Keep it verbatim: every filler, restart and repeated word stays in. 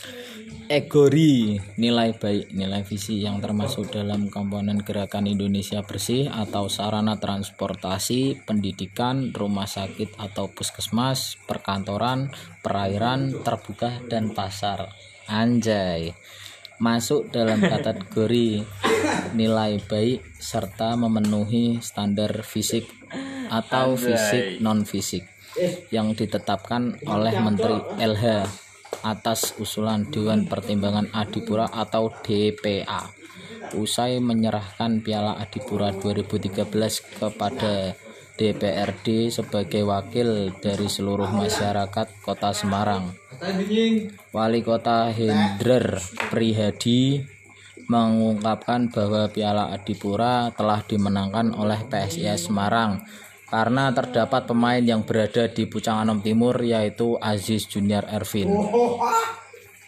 EGORI, nilai baik, nilai visi yang termasuk dalam komponen Gerakan Indonesia Bersih atau sarana transportasi, pendidikan, rumah sakit atau puskesmas, perkantoran, perairan, terbuka, dan pasar. Anjay, masuk dalam kategori nilai baik serta memenuhi standar fisik atau fisik non-fisik yang ditetapkan oleh Menteri L H atas usulan Dewan Pertimbangan Adipura atau D P A usai menyerahkan Piala Adipura dua ribu tiga belas kepada D P R D sebagai wakil dari seluruh masyarakat Kota Semarang. Wali Kota Hendrer Prihadi mengungkapkan bahwa Piala Adipura telah dimenangkan oleh P S I S Semarang karena terdapat pemain yang berada di Pucang Anom Timur, yaitu Aziz Junior Ervin.